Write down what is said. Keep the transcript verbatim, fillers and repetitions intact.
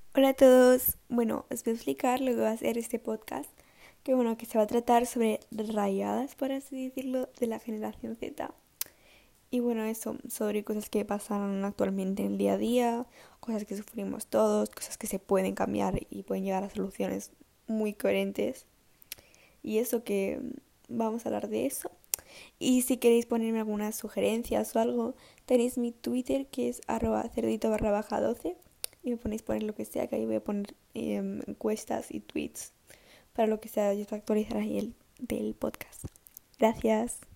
Hola a todos. Bueno, os voy a explicar lo que va a ser este podcast, que bueno, que se va a tratar sobre rayadas, por así decirlo, de la generación Z. Y bueno, eso, sobre cosas que pasan actualmente en el día a día, cosas que sufrimos todos, cosas que se pueden cambiar y pueden llegar a soluciones muy coherentes. Y eso que vamos a hablar de eso. Y si queréis ponerme algunas sugerencias o algo, tenéis mi Twitter que es arroba cerdito barra baja doce y me ponéis poner lo que sea, que ahí voy a poner eh, encuestas y tweets para lo que sea, yo actualizar ahí el del podcast. Gracias.